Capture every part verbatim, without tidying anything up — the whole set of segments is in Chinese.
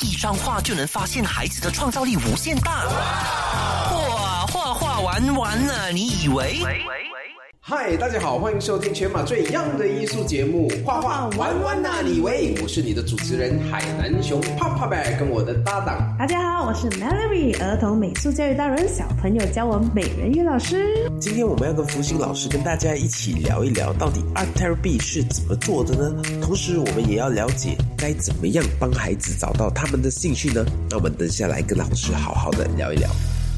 一张画就能发现孩子的创造力无限大。哇，画画玩完了，你以为？ 嗨，大家好，欢迎收听全马最 young 的艺术节目《画画玩玩那里喂》，我是你的主持人海南熊 Papa Bear， 跟我的搭档。 大家好，我是 Mallory， 儿童美术教育达人，小朋友教我美人鱼老师。 今天我们要跟福星老师跟大家一起聊一聊，到底 Art Therapy 是怎么做的呢？同时，我们也要了解该怎么样帮孩子找到他们的兴趣呢？那我们等下来跟老师好好的聊一聊。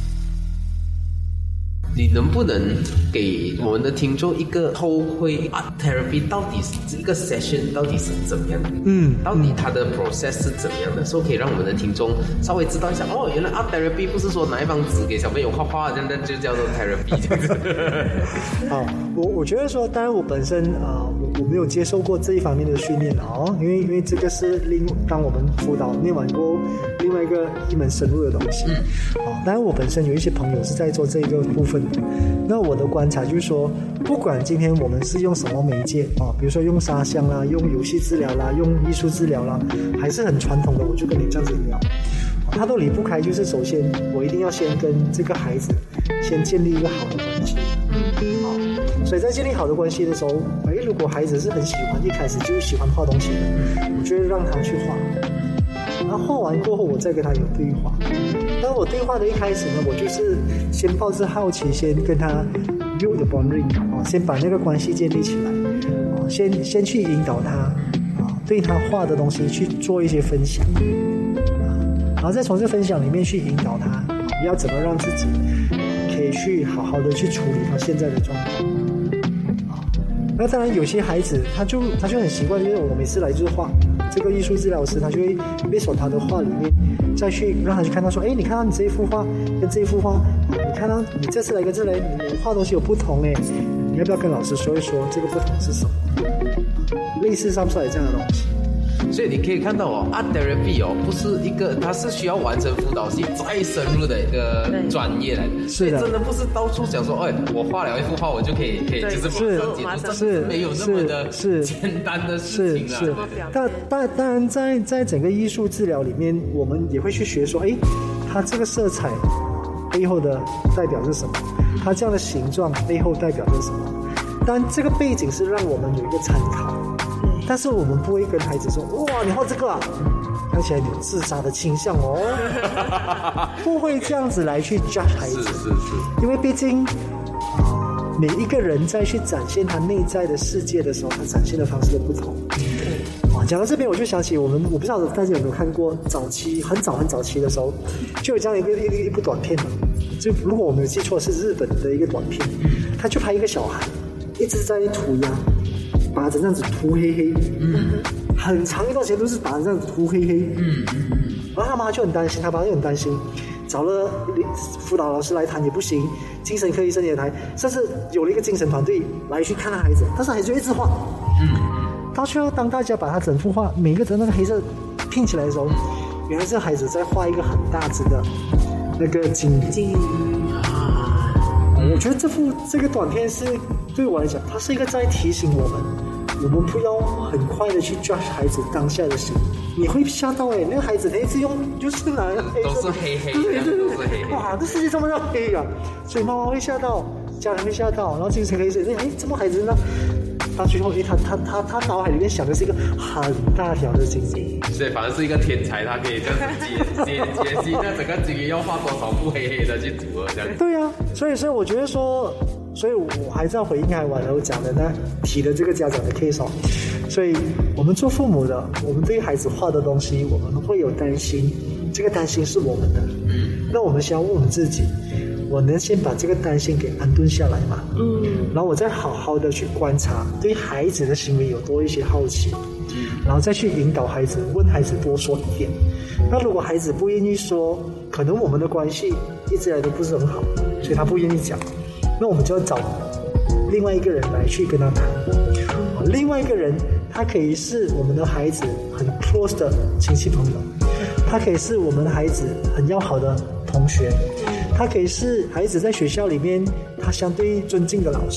你能不能给我们的听众一个偷窥 Art Therapy 到底是这个 session 到底是怎么样的？嗯，到底它的 process 是怎么样的？所以可以让我们的听众稍微知道一下。哦，原来 Art Therapy 不是说拿一张纸给小朋友画画，这样就叫做 therapy 这样子。 好，我我觉得说，当然我本身啊、呃，我我没有接受过这一方面的训练哦，因为因为这个是另当我们辅导念完过另外一个一门深入的东西。嗯，好，当然我本身有一些朋友是在做这个部分。那我的观察就是说，不管今天我们是用什么媒介啊，比如说用沙箱啦，用游戏治疗啦，用艺术治疗啦，还是很传统的，我就跟你这样子聊，它都离不开就是首先我一定要先跟这个孩子先建立一个好的关系。好，所以在建立好的关系的时候，哎，如果孩子是很喜欢，一开始就喜欢画东西的，我就会让他去画。然后画完过后，我再跟他有对话。当我对话的一开始呢，我就是先抱着好奇，先跟他 build the bonding 啊，先把那个关系建立起来啊，先先去引导他啊，对他画的东西去做一些分享啊，然后再从这分享里面去引导他，要怎么让自己可以去好好的去处理他现在的状况啊。那当然有些孩子他就他就很习惯，就是我每次来就是画。这个艺术治疗师他就会based on他的画里面再去让他去看到说，哎，你看到你这一幅画跟这一幅画，你看到你这次来跟这来你画东西有不同哎，你要不要跟老师说一说这个不同是什么？类似上出来这样的东西。 所以你可以看到哦 ，Art Therapy 哦，不是一个，它是需要完成辅导系再深入的一个专业来的，所以真的不是到处想说，哎，我画了一幅画，我就可以可以就是马上解决，是没有那么的简单的事情啊。是是， 但但当然在在整个艺术治疗里面，我们也会去学说，哎，它这个色彩背后的代表是什么？它这样的形状背后代表是什么？当然，这个背景是让我们有一个参考。但是我们不会跟孩子说，哇，你画这个啊，看起来有自杀的倾向哦，不会这样子来去 judge 孩子， 是是是， 因为毕竟每一个人在去展现他内在的世界的时候，他展现的方式都不同。哇，讲到这边我就想起我们，我不知道大家有没有看过早期很早很早期的时候，就有这样一个一个一部短片嘛，就如果我没有记错是日本的一个短片，他就拍一个小孩一直在涂鸦。把它这样子涂黑黑，嗯，很长一段时间都是把它这样子涂黑黑，嗯嗯，然后他妈就很担心，他爸就很担心，找了辅导老师来谈也不行，精神科医生也来，甚至有了一个精神团队来去看他孩子，但是孩子就一直画，嗯，到最后当大家把他整幅画每个的那个黑色拼起来的时候，原来这孩子在画一个很大只的那个鲸鱼，鲸鱼啊，我觉得这幅这个短片是对我来讲，它是一个在提醒我们。我们不要很快的去 judge 孩子当下的心，你会吓到哎，那个孩子他一直用就是拿黑都是黑黑的，对对对，都是黑黑。 哇，这世界这么黑啊！所以妈妈会吓到，家人会吓到，然后精神科医生哎，怎么孩子呢？到最后，哎，他他他他脑海里面想的是一个很大条的鲸鱼， 所以反而是一个天才，他可以这样子解解解析那整个鲸鱼要画多少部黑黑的去组合这样。 对啊，所以所以我觉得说。所以我还是要回应海婉柔讲的呢，提的这个家长的 case 哦。所以我们做父母的，我们对孩子画的东西，我们会有担心，这个担心是我们的。那我们先要问我们自己，我能先把这个担心给安顿下来吗？嗯。然后我再好好的去观察，对孩子的行为有多一些好奇，然后再去引导孩子，问孩子多说一点。那如果孩子不愿意说，可能我们的关系一直以来都不是很好，所以他不愿意讲。那我们就要找另外一个人来去跟他谈。另外一个人，他可以是我们的孩子很 close 的亲戚朋友，他可以是我们的孩子很要好的同学，他可以是孩子在学校里面他相对尊敬的老师，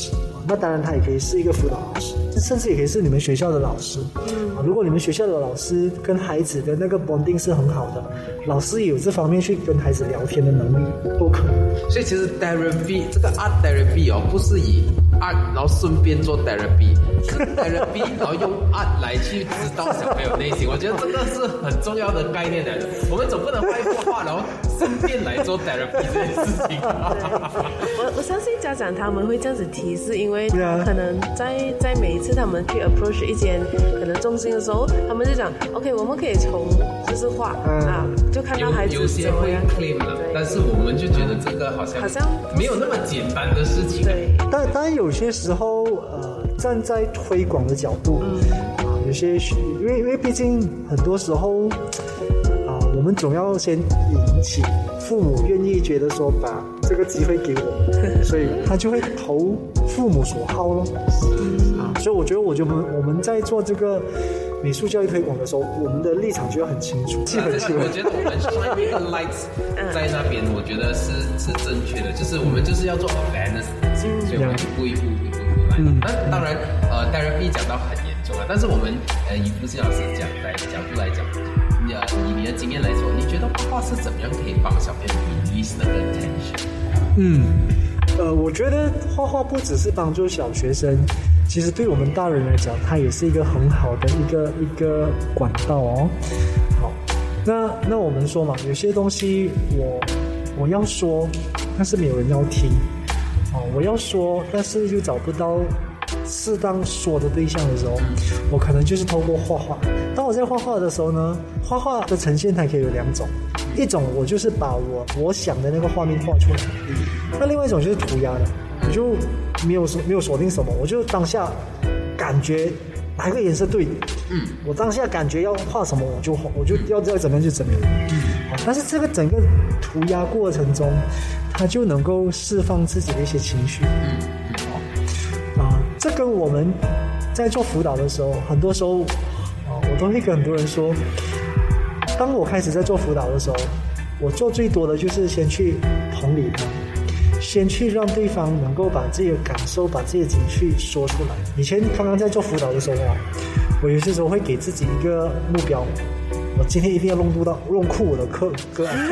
那当然他也可以是一个辅导老师，甚至也可以是你们学校的老师。啊，如果你们学校的老师跟孩子的那个 bonding 是很好的，老师也有这方面去跟孩子聊天的能力，都可以。 所以其实 therapy 这个 art therapy 哦，不是以 art 然后顺便做 therapy， 是 therapy 然后用 art 来去知道小朋友内心，我觉得这个是很重要的概念来的。我们总不能画一幅画然后顺便来做 therapy 这件事情。 我我相信家长他们会这样子提示，因为可能在在每一次他们去 approach 一间可能中心的时候，他们就讲 OK， 我们可以从就是画、嗯、啊，就看到孩子有有些会 claim 了，但是我们就觉得这个好像好像没有那么简单的事情。 对， 但当然有些时候呃，站在推广的角度，嗯啊，有些因为因为毕竟很多时候啊，我们总要先引起父母愿意觉得说把这个机会给我，所以他就会投父母所好咯。啊，所以我觉得，我觉得我们我们在做这个美术教育推广的时候，我们的立场就要很清楚。基本上， 我觉得我们上面一个 lights 在那边，我觉得是是正确的，就是我们就是要做 awareness，所以我们一步一步一步一步来。那当然，呃 ，therapy 讲到很严重啊，但是我们呃以吴信老师讲来角度来讲。以你的经验来说，你觉得画画是怎么样可以帮小朋友 release 那个 tension？ 嗯，呃，我觉得画画不只是帮助小学生，其实对我们大人来讲，它也是一个很好的一个一个管道哦。好，那那我们说嘛，有些东西我我要说，但是没有人要听。哦，我要说，但是又找不到适当说的对象的时候，我可能就是透过画画。当我在画画的时候呢，画画的呈现它可以有两种，一种我就是把我我想的那个画面画出来，那另外一种就是涂鸦的，我就没有没有锁定什么，我就当下感觉哪一个颜色对，嗯，我当下感觉要画什么我就我就要要怎么样就怎么样，嗯，但是这个整个涂鸦过程中，它就能够释放自己的一些情绪，嗯，好，啊，这跟我们在做辅导的时候，很多时候。我都会跟很多人说，当我开始在做辅导的时候，我做最多的就是先去同理他，先去让对方能够把自己的感受、把自己的情绪说出来。以前刚刚在做辅导的时候啊，我有些时候会给自己一个目标，我今天一定要弄不到弄酷我的课个案。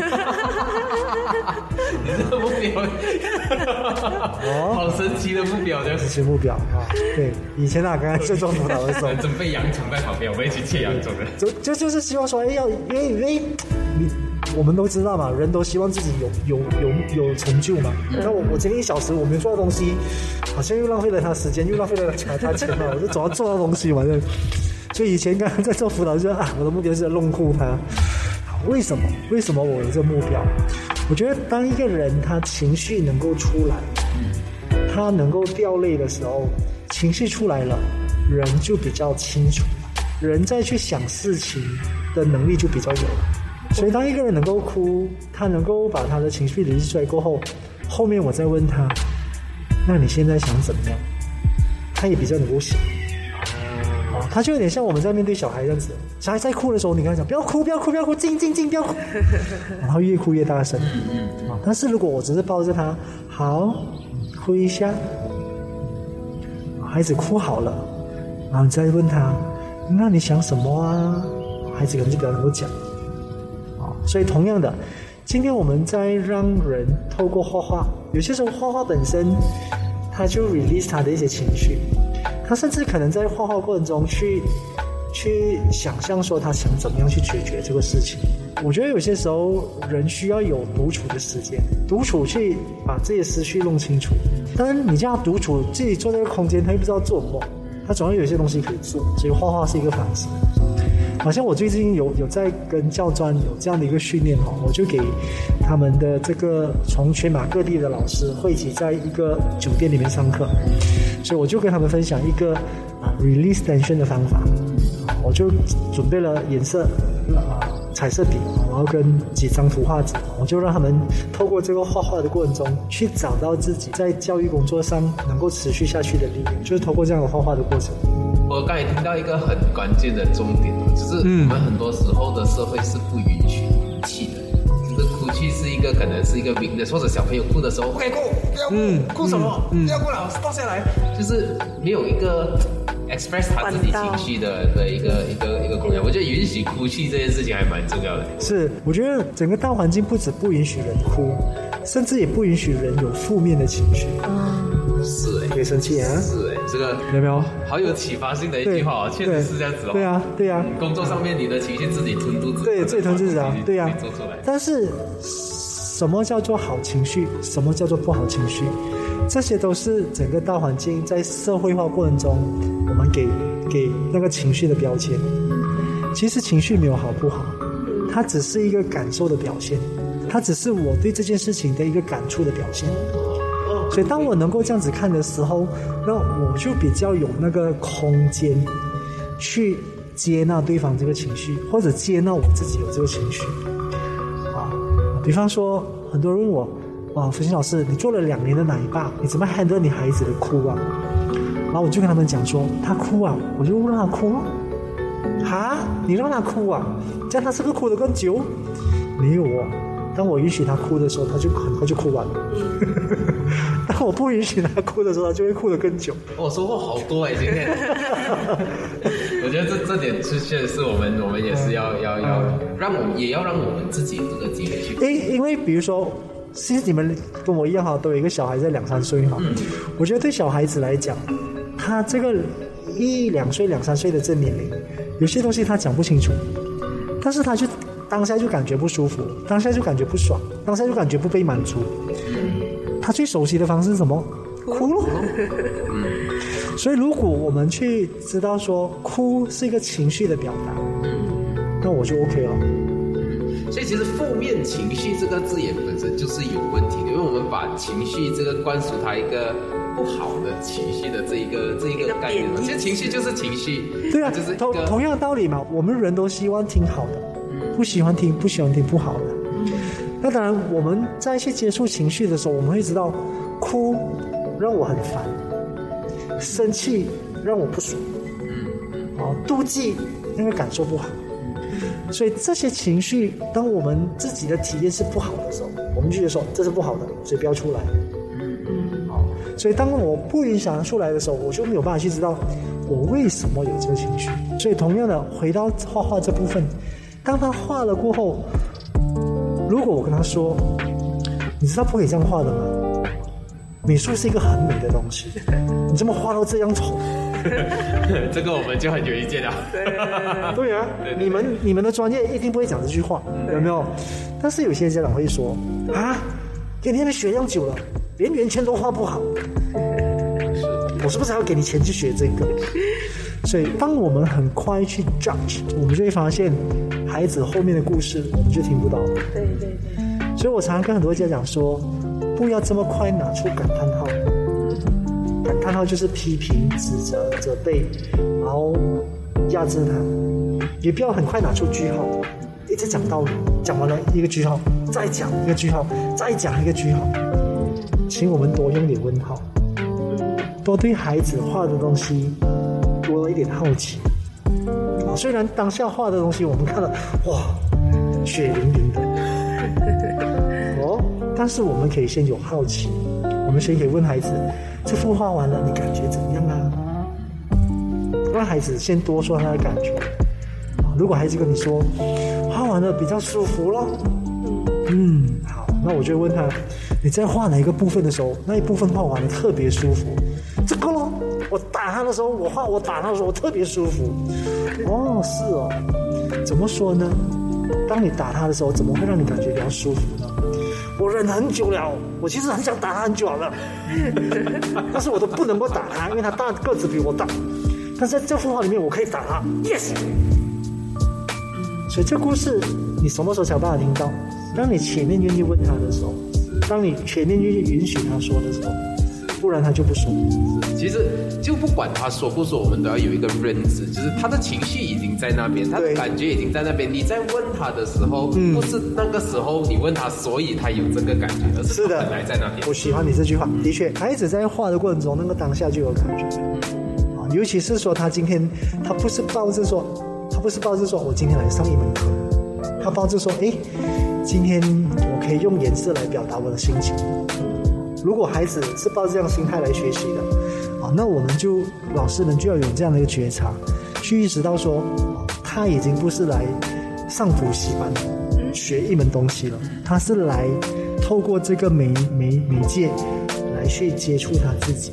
你这个目标，哦，好神奇的目标，这神奇目标啊！对，以前啊，刚刚在做辅导的时候， 准备洋葱在旁边，我们一起切洋葱的。 就就就是希望说，哎，要因为因为你我们都知道嘛，人都希望自己有有有有成就嘛。嗯、那我我今天一小时我没有做到东西，好像又浪费了他时间，又浪费了他他钱嘛，我就总要做到东西嘛。所以以前刚刚在做辅导就说啊，我的目标是要弄酷他。为什么？为什么我有这个目标？我觉得当一个人他情绪能够出来，他能够掉泪的时候，情绪出来了，人就比较清楚，人再去想事情的能力就比较有了。所以当一个人能够哭，他能够把他的情绪理出来过后，后面我再问他，那你现在想怎么样？他也比较能够想。他就有点像我们在面对小孩这样子，小孩在哭的时候，你跟他讲不要哭，不要哭，不要哭，静静静，不要哭，然后越哭越大声。啊，但是如果我只是抱着他，好，哭一下，孩子哭好了，然后你再问他，那你想什么啊？孩子可能就比较能够讲。啊，所以同样的，今天我们在让人透过画画，有些时候画画本身，他就 release 他的一些情绪。他甚至可能在画画过程中去去想象说他想怎么样去解决这个事情。我觉得有些时候人需要有独处的时间，独处去把自己的思绪弄清楚。当然你叫他独处，自己坐在这个空间，他又不知道做什么，他总要有一些东西可以做，所以画画是一个方式。好像我最近有有在跟教专有这样的一个训练哈，我就给他们的这个从全马各地的老师汇集在一个酒店里面上课，所以我就跟他们分享一个啊 release tension 的方法，我就准备了颜色啊彩色笔，然后跟几张图画纸，我就让他们透过这个画画的过程中去找到自己在教育工作上能够持续下去的力量，就是透过这样的画画的过程。 我刚才听到一个很关键的重点，就是我们很多时候的社会是不允许哭泣的，这个哭泣泣是一个可能是一个 weakness， 或者小朋友哭的时候 ，OK 哭，不要哭，嗯、哭什么？嗯、不要哭了，倒下来，就是没有一个 express 他自己情绪的的一个一个一个空间。我觉得允许哭泣这件事情还蛮重要的。 是，我觉得整个大环境不止不允许人哭，甚至也不允许人有负面的情绪。 嗯，是哎， 可以生气啊。 是哎，这个有没有？ 好有启发性的一句话哦，确实是这样子哦。 对啊，对啊。 工作上面你的情绪自己吞肚子， 对，自己吞自己啊，对啊。 做出来。 但是什么叫做好情绪？什么叫做不好情绪？这些都是整个大环境在社会化过程中，我们给给那个情绪的标签。其实情绪没有好不好，它只是一个感受的表现，它只是我对这件事情的一个感触的表现。所以当我能够这样子看的时候，那我就比较有那个空间去接纳对方这个情绪，或者接纳我自己有这个情绪。啊，比方说很多人问我，啊，福星老师，你做了两年的奶爸，你怎么 handle 你孩子的哭啊？然后我就跟他们讲说，他哭啊，我就让他哭咯。哈，你让他哭啊？这样他是不是哭得更久？没有哦，当我允许他哭的时候，他就很快就哭完了。当我不允许他哭的时候，他就会哭得更久。 我、哦、收获好多哎，今天。我觉得这这点确实是我们我们也是要、嗯、要要让我们也要让我们自己这个积累去。 因因为比如说，其实你们跟我一样哈，都有一个小孩在两三岁哈。嗯、我觉得对小孩子来讲，他这个一两岁、两三岁的这年龄，有些东西他讲不清楚，但是他就当下就感觉不舒服，当下就感觉不爽，当下就感觉不被满足。他最熟悉的方式是什么？哭咯。所以如果我们去知道说哭是一个情绪的表达，那我就 OK 了。 所以其实负面情绪这个字眼本身就是有问题的，因为我们把情绪这个灌输它一个不好的情绪的这一个这一个概念，其实情绪就是情绪。 对啊， 就是同同样的道理嘛，我们人都希望听好的，不喜欢听不喜欢听不好的。那当然，我们在去接触情绪的时候，我们会知道，哭让我很烦，生气让我不爽，啊，妒忌那个感受不好。所以这些情绪，当我们自己的体验是不好的时候，我们就觉得说这是不好的，所以不要出来。好，所以当我不允许它出来的时候，我就没有办法去知道我为什么有这个情绪。所以同样的，回到画画这部分，当他画了过后，如果我跟他说，你知道不可以这样画的吗？美术是一个很美的东西，你这么画到这样丑， 这个我们就很有意见了。 对啊，对对对，你们你们的专业一定不会讲这句话，有没有？但是有些家长会说啊，给你们学样久了，连圆圈都画不好，我是不是还要给你钱去学这个？所以当我们很快去 judge， 我们就会发现孩子后面的故事我们就听不到。 对对对。 所以我常常跟很多家长说，不要这么快拿出感叹号。感叹号就是批评、指责、责备，然后压制他。也不要很快拿出句号，一直讲道理，讲完了一个句号，再讲一个句号，再讲一个句号。请我们多用点问号，多对孩子画的东西多了一点好奇。虽然当下画的东西我们看了，哇，血淋淋的，哦，但是我们可以先有好奇，我们先可以问孩子，这幅画完了你感觉怎么样啊？让孩子先多说他的感觉。如果孩子跟你说画完了比较舒服咯，嗯，好，那我就问他，你在画哪一个部分的时候，那一部分画完了特别舒服？这个咯，我打他的时候，我画我打他的时候我特别舒服。哦，是哦，怎么说呢？当你打他的时候，怎么会让你感觉比较舒服呢？我忍很久了，我其实很想打他很久了，但是我都不能够打他，因为他大个子比我大。但是在这幅画里面，我可以打他 ，yes。所以这故事你什么时候才有办法听到？当你前面愿意问他的时候，当你前面愿意允许他说的时候，不然他就不说。 其实就不管他说不说，我们都要有一个认知，就是他的情绪已经在那边，他的感觉已经在那边。你在问他的时候，嗯、不是那个时候你问他，所以他有这个感觉，而是他本来在那边。 我喜欢你这句话，的确，孩子在画的过程中，那个当下就有感觉。啊，尤其是说他今天他不是抱着说，他不是抱着说我今天来上一门课，他抱着说，哎， 今天我可以用颜色来表达我的心情。如果孩子是抱着这样心态来学习的啊，那我们就老师们就要有这样的一个觉察，去意识到说，他已经不是来上补习班学一门东西了，他是来透过这个媒媒媒介来去接触他自己。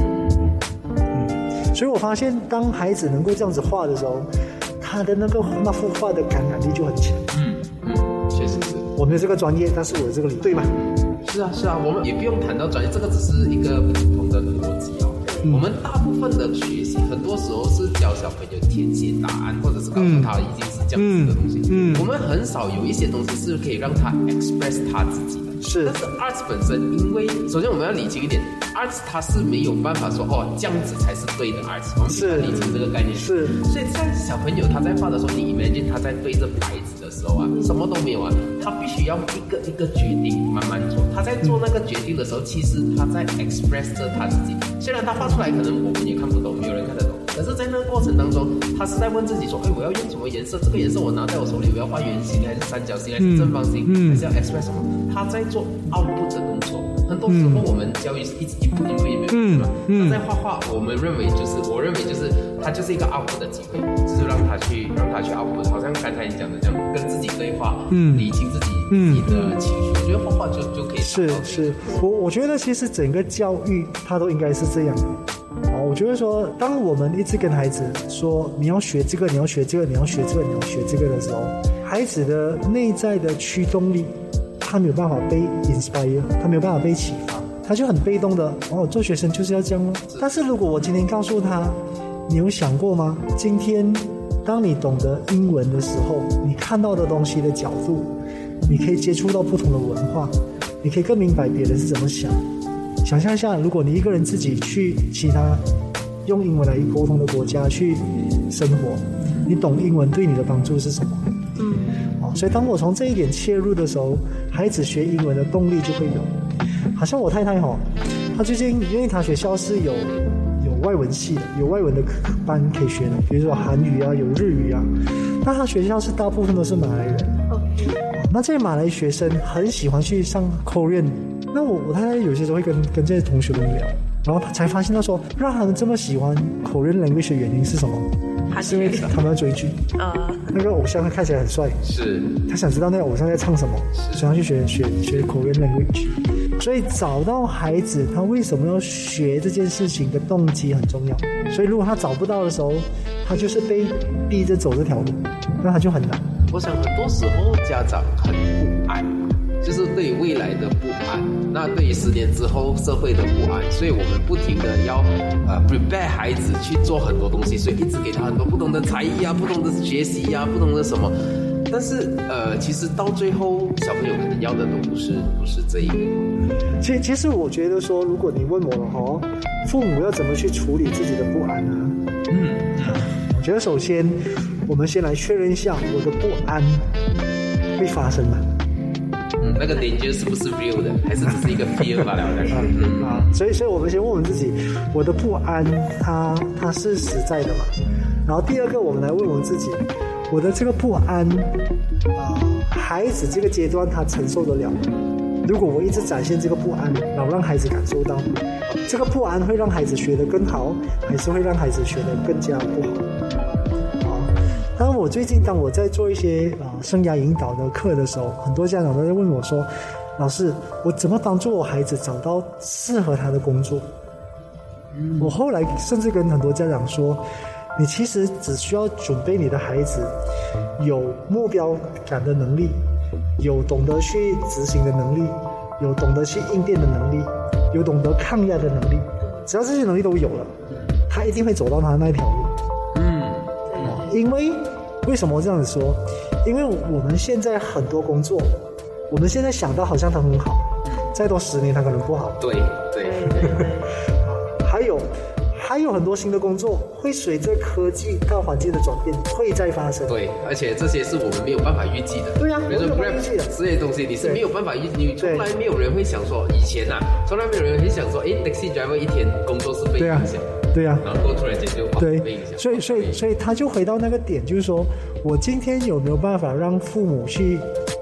嗯，所以我发现，当孩子能够这样子画的时候，他的那个那幅画的感染力就很强。 嗯嗯，确实是。 我没有这个专业，但是我有这个理，对吗？ 是啊是啊，我们也不用谈到专业，这个只是一个普通的逻辑哦。嗯、我们大部分的学习，很多时候是教小朋友填写答案，或者是告诉他已经是这样子的东西。嗯，嗯我们很少有一些东西是可以让他 express 他自己的。是，但是 arts 本身，因为首先我们要理清一点 ，arts 它是没有办法说哦这样子才是对的 arts， 我们必须要理清这个概念。是，所以在小朋友他在画的时候，你 imagine 他在对着白纸的时候啊，什么都没有啊，他必须要一个一个决定慢慢做。他在做那个决定的时候，其实他在 express 着他自己。虽然他画出来可能我们也看不懂，没有人看得懂，可是在那个过程当中，他是在问自己说，哎，我要用什么颜色？这个颜色我拿在我手里，我要画圆形还是三角形还是正方形，嗯、还是要 express 什么？他在做 output 的动作。很多时候我们教育是一直一步一步一步一步嘛。他在画画，我们认为就是，我认为就是他就是一个 output 的机会，就是让他去让他去 output， 好像刚才你讲的这样，跟自己对话，嗯，理清自己自己的情绪。我觉得画画就就可以。 是是，我我觉得其实整个教育它都应该是这样的。哦，我觉得说，当我们一直跟孩子说你要学这个，你要学这个，你要学这个，你要学这个的时候，孩子的内在的驱动力，他没有办法被 inspire， 他没有办法被启发，他就很被动的哦，做学生就是要这样哦。但是如果我今天告诉他，你有想过吗？今天当你懂得英文的时候，你看到的东西的角度，你可以接触到不同的文化，你可以更明白别人是怎么想。想象一下，如果你一个人自己去其他用英文来沟通的国家去生活，你懂英文对你的帮助是什么？嗯，哦，所以当我从这一点切入的时候，孩子学英文的动力就会有。好像我太太哈、哦，她最近因为她学校是有有外文系的，有外文的班可以学的，比如说韩语啊，有日语啊。那她学校是大部分都是马来人。哦，那这些马来学生很喜欢去上 Korean。那我我太太有些时候会跟跟这些同学们聊，然后才发现到说，让他们这么喜欢 Korean language 的原因是什么？是因为他们要追剧啊，那个偶像看起来很帅，是他想知道那个偶像在唱什么，所以他去学学学 Korean language。所以找到孩子他为什么要学这件事情的动机很重要。所以如果他找不到的时候，他就是被逼着走这条路，那他就很难。 我想很多时候家长很不安。就是对于未来的不安，那对于十年之后社会的不安，所以我们不停的要呃 prepare 孩子去做很多东西，所以一直给他很多不同的才艺啊，不同的学习啊，不同的什么。但是呃，其实到最后，小朋友可能要的都不是不是这一个。 其实其实我觉得说，如果你问我了哈，父母要怎么去处理自己的不安呢？嗯，我觉得首先我们先来确认一下，我的不安会发生吗？ 嗯，那个 danger 是不是 real 的，还是只是一个 fear 罢了？ 嗯啊，所以所以我们先问我们自己，我的不安它它是实在的嘛？然后第二个，我们来问我们自己，我的这个不安啊，孩子这个阶段他承受得了吗？如果我一直展现这个不安，然后让孩子感受到这个不安会让孩子学得更好，还是会让孩子学得更加不好？当我最近当我在做一些啊、呃、生涯引导的课的时候，很多家长都在问我说，老师，我怎么帮助我孩子找到适合他的工作？嗯、我后来甚至跟很多家长说，你其实只需要准备你的孩子有目标感的能力，有懂得去执行的能力，有懂得去应变的能力，有懂得抗压的能力，只要这些能力都有了，他一定会走到他的那一条路。因为为什么这样子说？因为我们现在很多工作，我们现在想到好像它很好，再多十年它可能不好。 对对对对。 还有还有很多新的工作会随着科技大环境的转变会再发生。 对，而且这些是我们没有办法预计的。 对啊， 比如说 Grab 这些东西你是没有办法预计，你从来没有人会想说，以前啊，从来没有人会想说，哎 ，taxi driver 一天工作是被影响。 对啊， 然后突然间就对， 被影响。 所以所以所以他就回到那个点，就是说我今天有没有办法让父母去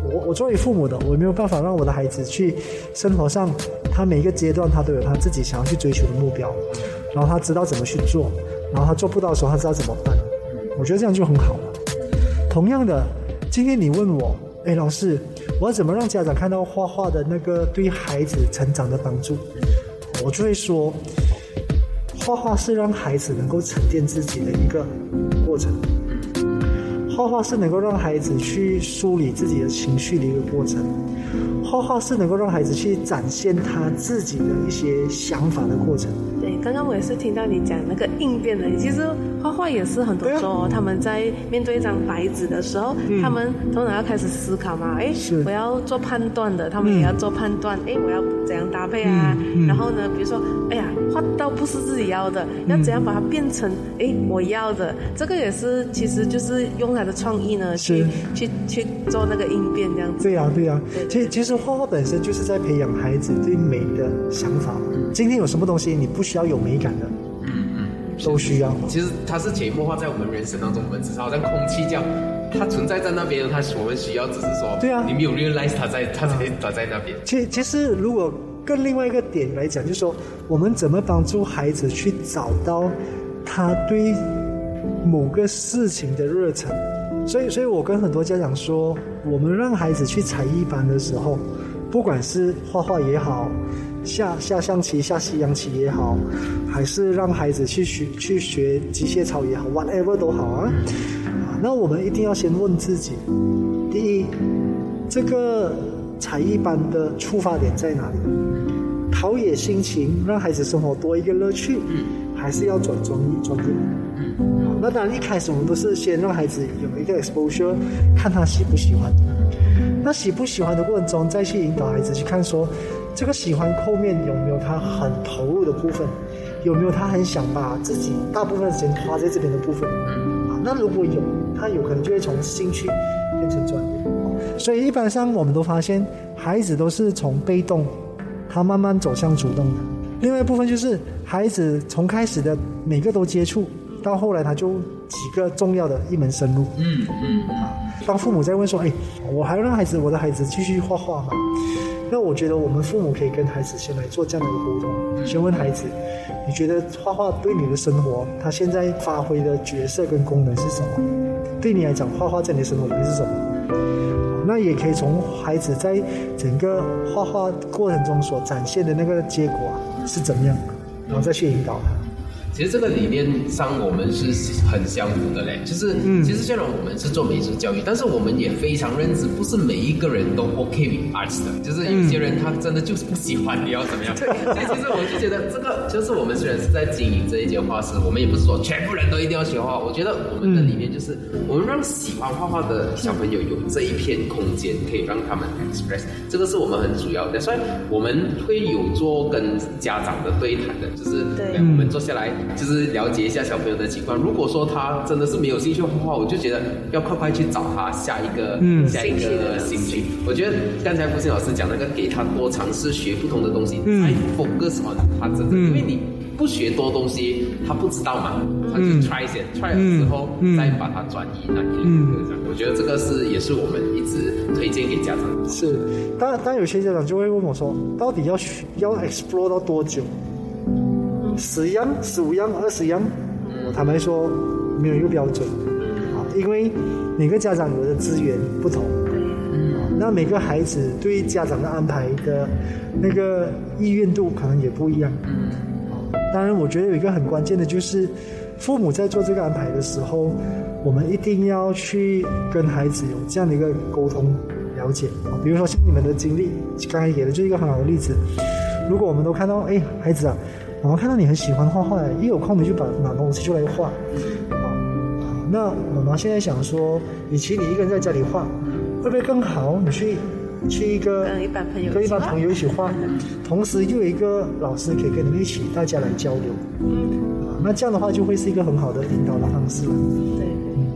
我我作为父母的，我没有办法让我的孩子去生活上，他每一个阶段他都有他自己想要去追求的目标，然后他知道怎么去做，然后他做不到的时候他知道怎么办。我觉得这样就很好了。同样的，今天你问我，哎，老师，我要怎么让家长看到画画的那个对孩子成长的帮助？我就会说，画画是让孩子能够沉淀自己的一个过程。画画是能够让孩子去梳理自己的情绪的一个过程，画画是能够让孩子去展现他自己的一些想法的过程。 对，刚刚我也是听到你讲那个应变的，其实画画也是很多时候、啊、他们在面对一张白纸的时候、嗯、他们通常要开始思考嘛，哎，我要做判断的，他们也要做判断，哎、嗯，我要怎样搭配啊、嗯嗯、然后呢比如说哎呀画到不是自己要的、嗯、要怎样把它变成哎我要的，这个也是其实就是用他的创意呢去去去做那个应变这样子。 对啊对啊，对对对，其实其实画画本身就是在培养孩子对美的想法。今天有什么东西你不需要有美感的，嗯嗯，都需要。 其实它是潜移默化在我们人生当中，我们只是好像空气这样，它存在在那边，它我们需要只是说，对啊，你没有 realize 它在它在它在那边。 其其实如果更另外一个点来讲，就是说我们怎么帮助孩子去找到他对某个事情的热忱。所以，所以我跟很多家长说，我们让孩子去才艺班的时候，不管是画画也好，下下象棋、下西洋棋也好，还是让孩子去学去学机械操也好 ，whatever 都好啊。那我们一定要先问自己：第一，这个才艺班的出发点在哪里？陶冶心情，让孩子生活多一个乐趣，还是要转专业专业？那当然，一开始我们都是先让孩子有一个 exposure， 看他喜不喜欢。那喜不喜欢的过程中，再去引导孩子去看说，这个喜欢后面有没有他很投入的部分，有没有他很想把自己大部分时间花在这边的部分。啊，那如果有，他有可能就会从兴趣变成专业。所以一般上我们都发现，孩子都是从被动，他慢慢走向主动的。另外一部分就是孩子从开始的每个都接触。到后来他就几个重要的一门深入。嗯嗯啊，当父母在问说，哎，我还要让孩子我的孩子继续画画吗？那我觉得我们父母可以跟孩子先来做这样的一个沟通，先问孩子，你觉得画画对你的生活，他现在发挥的角色跟功能是什么？对你来讲，画画在你的生活里面是什么？那也可以从孩子在整个画画过程中所展现的那个结果是怎么样，然后再去引导他。 其实这个理念上我们是很相符的嘞，就是、嗯、其实虽然我们是做美术教育，但是我们也非常认知，不是每一个人都 OK with arts 的，就是有些人他真的就是不喜欢，你要怎么样？所以其实我就觉得这个就是我们虽然是在经营这一间画室，我们也不是说全部人都一定要学画画，我觉得我们的理念就是我们让喜欢画画的小朋友有这一片空间可以让他们 express， 这个是我们很主要的，所以我们会有做跟家长的对谈的，就是我们坐下来就是了解一下小朋友的情况，如果说他真的是没有兴趣画画，我就觉得要快快去找他下一个、嗯、下一个兴趣。我觉得刚才福星老师讲那个给他多尝试学不同的东西，再、嗯、focus on 他真的、嗯、因为你不学多东西他不知道嘛，他就 try 先、嗯、try 了之后、嗯、再把它转移那一两个、嗯、我觉得这个是也是我们一直推荐给家长的。 是，当然当然有些家长就会问我说，到底要要 explore 到多久？十样、十五样、二十样，我坦白说没有一个标准啊，因为每个家长有的资源不同，啊，那每个孩子对家长的安排的那个意愿度可能也不一样。啊，当然，我觉得有一个很关键的就是，父母在做这个安排的时候，我们一定要去跟孩子有这样的一个沟通了解啊，比如说像你们的经历，刚才给的就是一个很好的例子。如果我们都看到，哎，孩子啊。我们看到你很喜欢画画，一有空你就把拿东西出来画。啊，那妈妈现在想说，与其你一个人在家里画，会不会更好？你去去一个跟一般朋友跟一般朋友一起画，同时又有一个老师可以跟你们一起大家来交流。嗯，啊，那这样的话就会是一个很好的引导的方式。 对。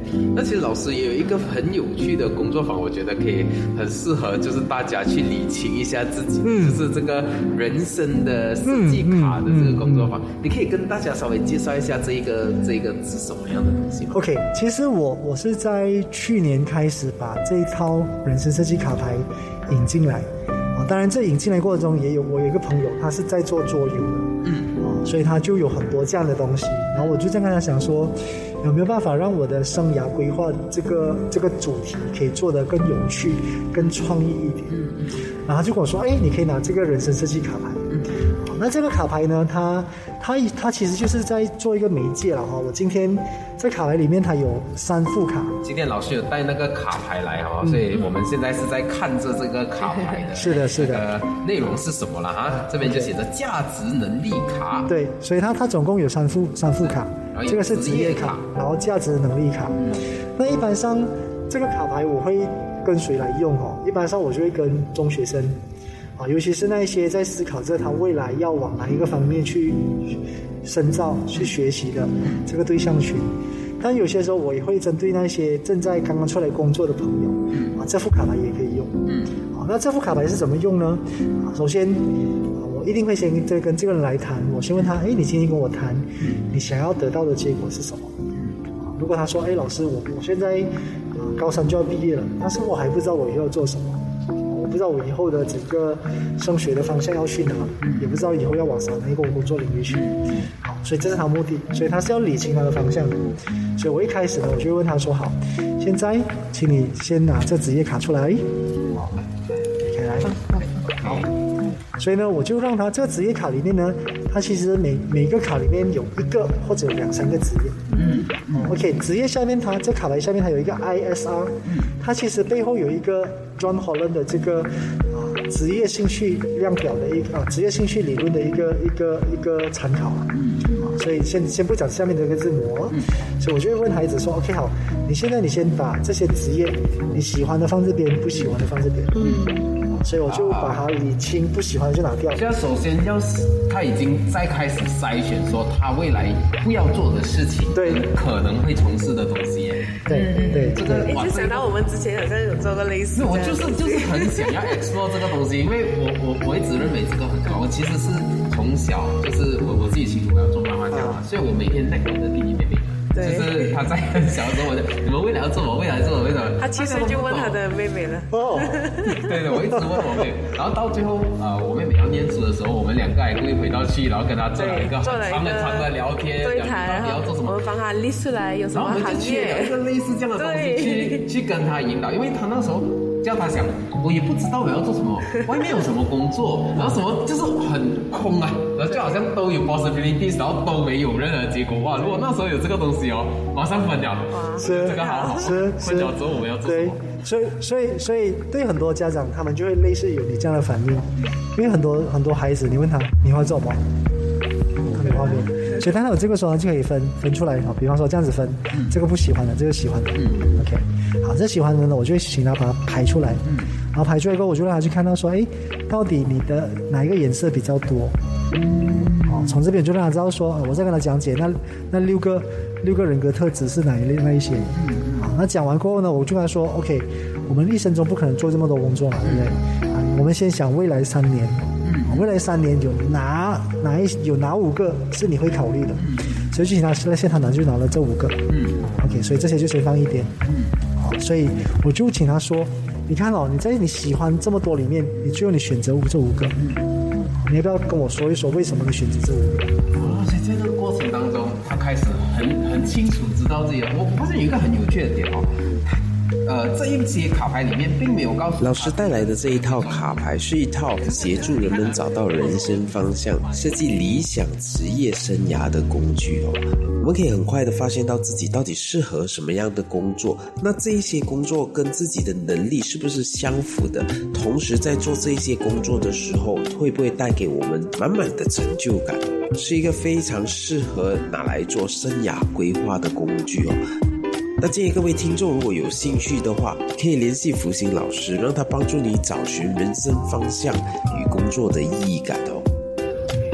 那其实老师也有一个很有趣的工作坊，我觉得可以很适合，就是大家去理清一下自己，嗯、就是这个人生的设计卡的这个工作坊。嗯嗯嗯、你可以跟大家稍微介绍一下这一个这一个是什么样的东西吗 ？OK， 其实我我是在去年开始把这一套人生设计卡牌引进来。当然，这引进来过程中也有我有一个朋友，他是在做桌游的，嗯，啊，所以他就有很多这样的东西。然后我就在跟他想说，有没有办法让我的生涯规划这个这个主题可以做得更有趣、更创意一点？嗯嗯。然后他就跟我说，哎，你可以拿这个人生设计卡牌。嗯。好，那这个卡牌呢，它它它其实就是在做一个媒介了哈。我今天在卡牌里面它有三副卡。 今天老师有带那个卡牌来哈，嗯、所以我们现在是在看着这个卡牌的。 是的，是的。 内容是什么了哈？这边就写着价值能力卡。 对，所以它它总共有三副三副卡，这个是职业卡，然后价值能力卡。嗯、那一般上这个卡牌我会跟谁来用哦？一般上我就会跟中学生。啊，尤其是那一些在思考着他未来要往哪一个方面去深造、去学习的这个对象群，但有些时候我也会针对那些正在刚刚出来工作的朋友，啊，这副卡牌也可以用。嗯，啊，那这副卡牌是怎么用呢？啊，首先，啊，我一定会先跟跟这个人来谈，我先问他，哎，你今天跟我谈，你想要得到的结果是什么？啊，如果他说，哎，老师，我我现在啊高三就要毕业了，但是我还不知道我以后要做什么。不知道我以后的整个升学的方向要去哪，也不知道以后要往哪一个工作领域去。好，所以这是他的目的，所以他是要理清他的方向的。所以我一开始呢，我就问他说：“好，现在请你先拿这职业卡出来。”好，可以来。好，所以呢，我就让他这个职业卡里面呢，它其实每每个卡里面有一个或者两三个职业。嗯。OK， 职业下面它这卡牌下面它有一个 I S R， 它其实背后有一个 John Holland 的这个啊职业兴趣量表的一个啊职业兴趣理论的一个一个一个参考啊，所以先先不讲下面的一个字母，所以我就会问孩子说 OK 好，你现在你先把这些职业你喜欢的放这边，不喜欢的放这边，嗯。所以我就把它理清，不喜欢的就拿掉。 现在首先要他已经在开始筛选，说他未来不要做的事情， 对， 可能会从事的东西。 对对， 这个我就想到我们之前好像有做过类似。 我就是就是很想要 explore 这个东西，因为我我我一直认为这个很高。我其实是从小就是我我自己清楚我要做妈妈这样嘛，所以我每天带我的弟弟妹妹。就是他在很小的时候，我就你们未来要做什么？未来做什么？为什么？ 他其实就问他的妹妹了。哦， 对对，我一直问我妹，然后到最后啊、呃，我妹妹要念书的时候，我们两个还故意回到去，然后跟她做了一个长很长的聊天， 对谈， 你要做什么？ 我们帮她列出来有什么行业， 一个类似这样的东西去去跟她引导，因为她那时候。叫他想，我也不知道我要做什么，外面有什么工作，然后什么就是很空啊，然后就好像都有 possibilities， 然后都没有任何结果。哇！如果那时候有这个东西哦，马上分了， 是这个好好， 是分了之后我们要做什么？ 对，所以所以所以对很多家长，他们就会类似有你这样的反应，因为很多很多孩子，你问他你会做什么，他没画面。所以当他有这个时候，他就可以分分出来哈。比方说这样子分，嗯、这个不喜欢的，这个喜欢的。嗯 OK， 好，这喜欢的呢，我就会请他把它排出来。嗯，然后排出来以后，我就让他去看到说，哎，到底你的哪一个颜色比较多？嗯，好，从这边就让他知道说，我在跟他讲解那那六个六个人格特质是哪一类那一些。嗯，好，那讲完过后呢，我就跟他说 ，OK， 我们一生中不可能做这么多工作嘛，对不对？啊，我们先想未来三年。未来三年有哪哪一有哪五个是你会考虑的？嗯、所以就请他现在他拿就拿了这五个。嗯 ，OK， 所以这些就先放一边。嗯，好，所以我就请他说，你看哦，你在你喜欢这么多里面，你最后你选择这五个，嗯、你要不要跟我说一说为什么你选择这五个？ 哦，所以在这个过程当中，他开始很很清楚知道自己的。我发现有一个很有趣的点哦。呃，这一些卡牌里面并没有告诉老师带来的这一套卡牌是一套协助人们找到人生方向、设计理想职业生涯的工具哦。我们可以很快的发现到自己到底适合什么样的工作，那这一些工作跟自己的能力是不是相符的？同时在做这一些工作的时候，会不会带给我们满满的成就感？是一个非常适合拿来做生涯规划的工具哦。那建议各位听众如果有兴趣的话，可以联系福星老师，让他帮助你找寻人生方向与工作的意义感哦。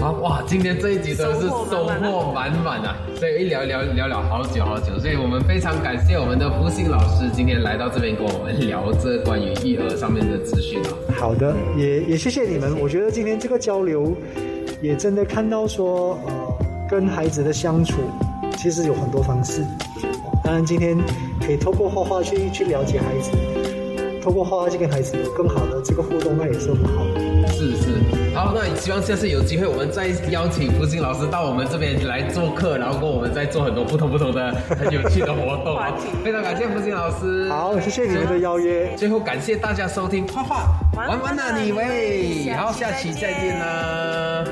好哇，今天这一集真的是收获满满啊！所以一聊聊聊聊好久好久，所以我们非常感谢我们的福星老师今天来到这边跟我们聊这关于育儿上面的资讯啊。 好的，也也谢谢你们。我觉得今天这个交流也真的看到说，呃，跟孩子的相处其实有很多方式。当然，今天可以透过画画去去了解孩子，透过画画去跟孩子有更好的这个互动，那也是很好的。 是是，好，那希望下次有机会我们再邀请福星老师到我们这边来做客，然后跟我们再做很多不同不同的很有趣的活动。非常感谢福星老师， 好，谢谢你们的邀约。 最后感谢大家收听画画玩玩啊你喂，好，下期再见啦。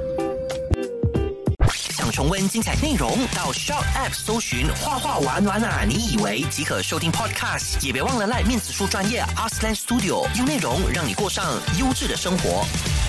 想重温精彩内容，到 Shout App 搜寻画画玩玩啊你以为即可收听 Podcast， 也别忘了赖面子书专业 Arslan Studio， 用内容让你过上优质的生活。